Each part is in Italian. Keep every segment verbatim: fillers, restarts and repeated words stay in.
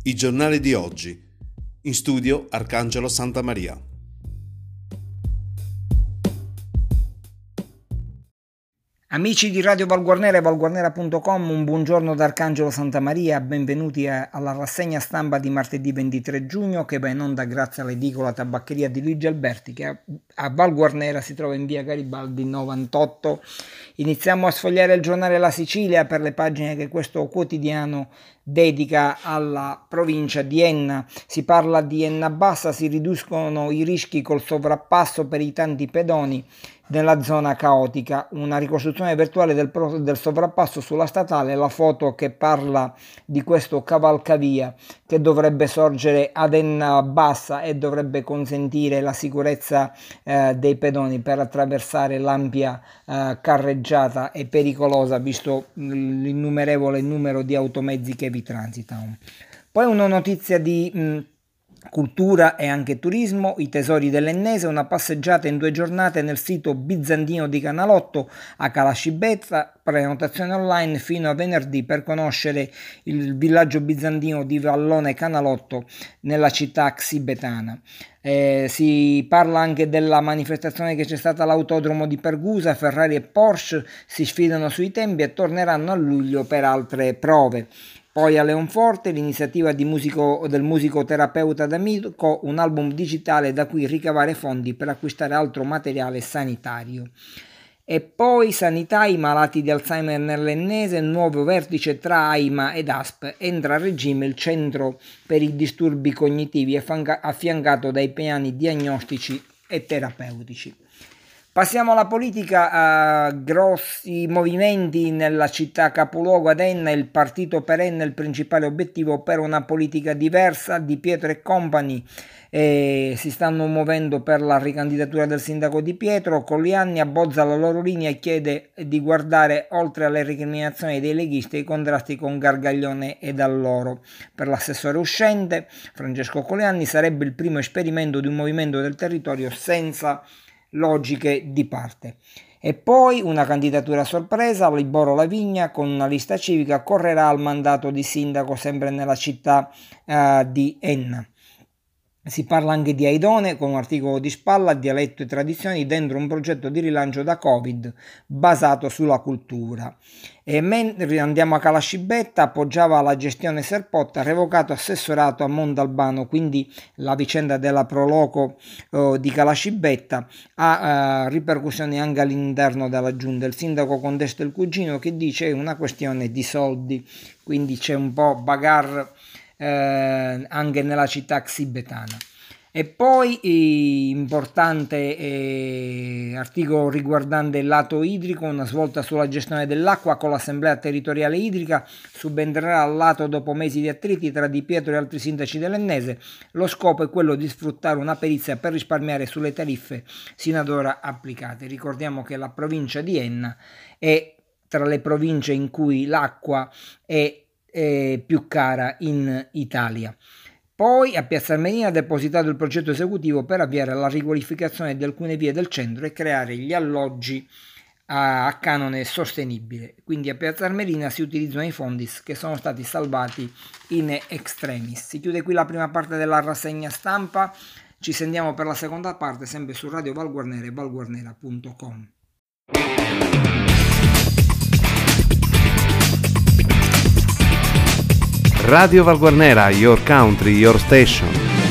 I giornali di oggi. In studio Arcangelo Santamaria. Amici di Radio Valguarnera e valguarnera punto com, un buongiorno da Arcangelo Santamaria, benvenuti a, alla rassegna stampa di martedì ventitré giugno che va in onda grazie all'edicola tabaccheria di Luigi Alberti che a, a Valguarnera si trova in via Garibaldi novantotto. Iniziamo a sfogliare il giornale La Sicilia per le pagine che questo quotidiano dedica alla provincia di Enna. Si parla di Enna Bassa, si riducono i rischi col sovrappasso per i tanti pedoni nella zona caotica, una ricostruzione virtuale del, del sovrappasso sulla statale, la foto che parla di questo cavalcavia che dovrebbe sorgere ad Enna Bassa e dovrebbe consentire la sicurezza eh, dei pedoni per attraversare l'ampia eh, carreggiata e pericolosa visto l'innumerevole numero di automezzi che vi transitano. Poi una notizia di mh, cultura e anche turismo, i tesori dell'Ennese, una passeggiata in due giornate nel sito bizantino di Canalotto a Calascibetta, prenotazione online fino a venerdì per conoscere il villaggio bizantino di Vallone Canalotto nella città xibetana. Eh, si parla anche della manifestazione che c'è stata all'autodromo di Pergusa, Ferrari e Porsche si sfidano sui tempi e torneranno a luglio per altre prove. Poi a Leonforte l'iniziativa di musico, del musicoterapeuta D'Amico, un album digitale da cui ricavare fondi per acquistare altro materiale sanitario. E poi sanità, i malati di Alzheimer nell'Ennese, nuovo vertice tra AIMA ed A S P, entra a regime il centro per i disturbi cognitivi affiancato dai piani diagnostici e terapeutici. Passiamo alla politica, a grossi movimenti nella città capoluogo ad Enna, il partito per Enna è il principale obiettivo per una politica diversa di Pietro e Company. Eh, si stanno muovendo per la ricandidatura del sindaco Di Pietro. Collianni abbozza la loro linea e chiede di guardare oltre alle recriminazioni dei leghisti e i contrasti con Gargaglione e Dall'Oro. Per l'assessore uscente Francesco Collianni sarebbe il primo esperimento di un movimento del territorio senza logiche di parte. E poi una candidatura a sorpresa, Liboro Lavigna con una lista civica correrà al mandato di sindaco sempre nella città uh, di Enna. Si parla anche di Aidone con un articolo di Spalla, dialetto e tradizioni dentro un progetto di rilancio da Covid basato sulla cultura. E mentre andiamo a Calascibetta, appoggiava la gestione Serpotta, revocato assessorato a Mondalbano, quindi la vicenda della Proloco eh, di Calascibetta ha eh, ripercussioni anche all'interno della giunta. Il sindaco contesta il cugino che dice è una questione di soldi, quindi c'è un po' bagarre Eh, anche nella città xibetana. E poi eh, importante eh, articolo riguardante il lato idrico, una svolta sulla gestione dell'acqua con l'assemblea territoriale idrica, subentrerà al lato dopo mesi di attriti tra Di Pietro e altri sindaci dell'Ennese. Lo scopo è quello di sfruttare una perizia per risparmiare sulle tariffe sino ad ora applicate. Ricordiamo che la provincia di Enna è tra le province in cui l'acqua è più cara in Italia. Poi a Piazza Armerina ha depositato il progetto esecutivo per avviare la riqualificazione di alcune vie del centro e creare gli alloggi a, a canone sostenibile. Quindi a Piazza Armerina si utilizzano i fondi che sono stati salvati in extremis. Si chiude qui la prima parte della rassegna stampa, ci sentiamo per la seconda parte sempre su Radio Valguarnera e valguarnera punto com. Radio Valguarnera, your country, your station.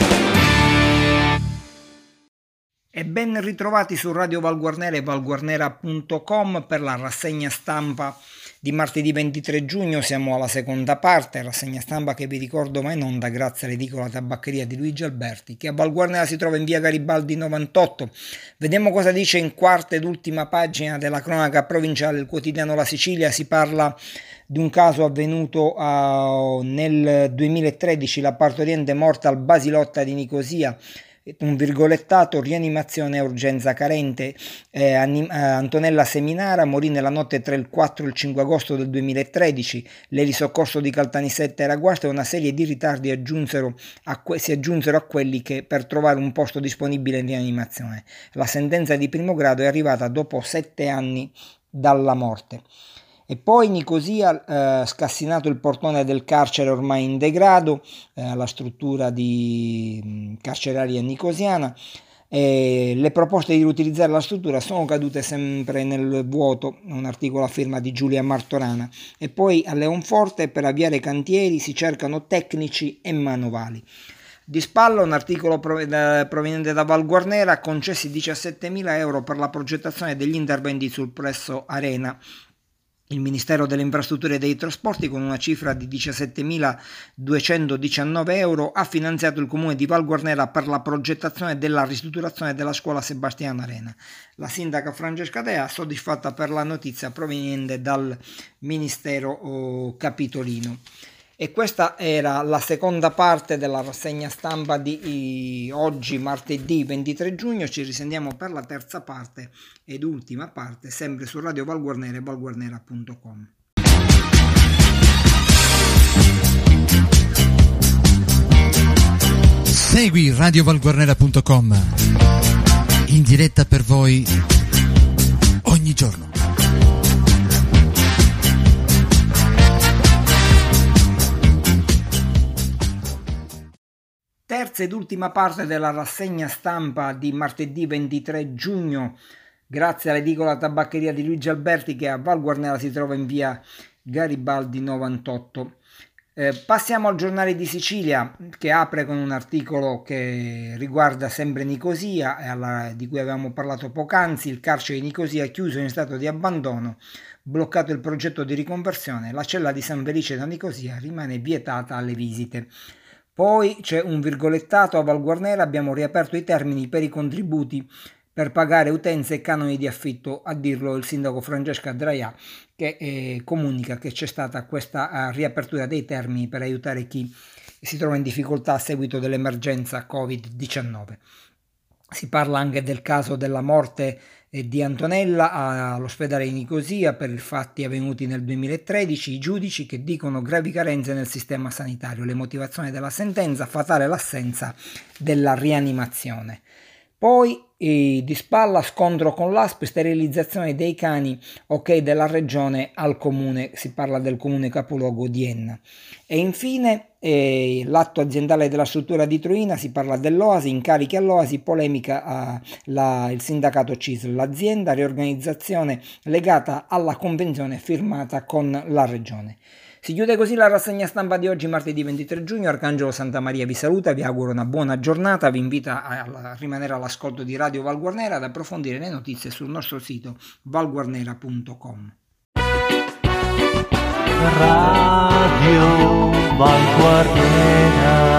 E ben ritrovati su Radio Valguarnera e valguarnera punto com per la rassegna stampa di martedì ventitré giugno. Siamo alla seconda parte, rassegna stampa che vi ricordo va in onda grazie all'edicola tabaccheria di Luigi Alberti che a Valguarnera si trova in via Garibaldi novantotto. Vediamo cosa dice in quarta ed ultima pagina della cronaca provinciale del quotidiano La Sicilia. Si parla di un caso avvenuto uh, nel duemilatredici, la partoriente morta al Basilotta di Nicosia, un virgolettato, rianimazione e urgenza carente. eh, Antonella Seminara morì nella notte tra il quattro e il cinque agosto del duemilatredici. L'elisoccorso di Caltanissetta era guardia e una serie di ritardi aggiunsero a que- si aggiunsero a quelli che per trovare un posto disponibile in rianimazione. La sentenza di primo grado è arrivata dopo sette anni dalla morte. E poi Nicosia, eh, scassinato il portone del carcere ormai in degrado, eh, la struttura di mh, carceraria nicosiana. E le proposte di riutilizzare la struttura sono cadute sempre nel vuoto, un articolo a firma di Giulia Martorana. E poi a Leonforte per avviare cantieri si cercano tecnici e manovali. Di spalla un articolo proveniente da Val Guarnera, concessi diciassettemila euro per la progettazione degli interventi sul plesso Arena. Il Ministero delle Infrastrutture e dei Trasporti, con una cifra di diciassettemiladuecentodiciannove euro, ha finanziato il comune di Val Guarnera per la progettazione della ristrutturazione della scuola Sebastiano Arena. La sindaca Francesca Dea, soddisfatta per la notizia proveniente dal Ministero Capitolino. E questa era la seconda parte della rassegna stampa di oggi, martedì ventitré giugno. Ci risentiamo per la terza parte ed ultima parte, sempre su Radio Val Guarnera e valguarnera punto com. Segui radio valguarnera punto com, in diretta per voi ogni giorno. Terza ed ultima parte della rassegna stampa di martedì ventitré giugno, grazie all'edicola tabaccheria di Luigi Alberti che a Val Guarnera si trova in via Garibaldi novantotto. Eh, passiamo al Giornale di Sicilia, che apre con un articolo che riguarda sempre Nicosia, e alla, di cui avevamo parlato poc'anzi. Il carcere di Nicosia chiuso in stato di abbandono, bloccato il progetto di riconversione, la cella di San Felice da Nicosia rimane vietata alle visite. Poi c'è un virgolettato: a Val Guarnera abbiamo riaperto i termini per i contributi per pagare utenze e canoni di affitto, a dirlo il sindaco Francesca Draià, che eh, comunica che c'è stata questa uh, riapertura dei termini per aiutare chi si trova in difficoltà a seguito dell'emergenza covid diciannove. Si parla anche del caso della morte eh, di Antonella all'ospedale di Nicosia per i fatti avvenuti nel duemilatredici, i giudici che dicono gravi carenze nel sistema sanitario, le motivazioni della sentenza, fatale l'assenza della rianimazione. Poi eh, di spalla scontro con l'A S P, sterilizzazione dei cani, ok della regione al comune, si parla del comune capoluogo di Enna. E infine eh, l'atto aziendale della struttura di Troina, si parla dell'Oasi, incarichi all'Oasi, polemica a la, il sindacato C I S L, l'azienda, riorganizzazione legata alla convenzione firmata con la regione. Si chiude così la rassegna stampa di oggi, martedì ventitré giugno. Arcangelo Santamaria vi saluta, vi auguro una buona giornata, vi invita a rimanere all'ascolto di Radio Val Guarnera, ad approfondire le notizie sul nostro sito valguarnera punto com. Radio Val Guarnera.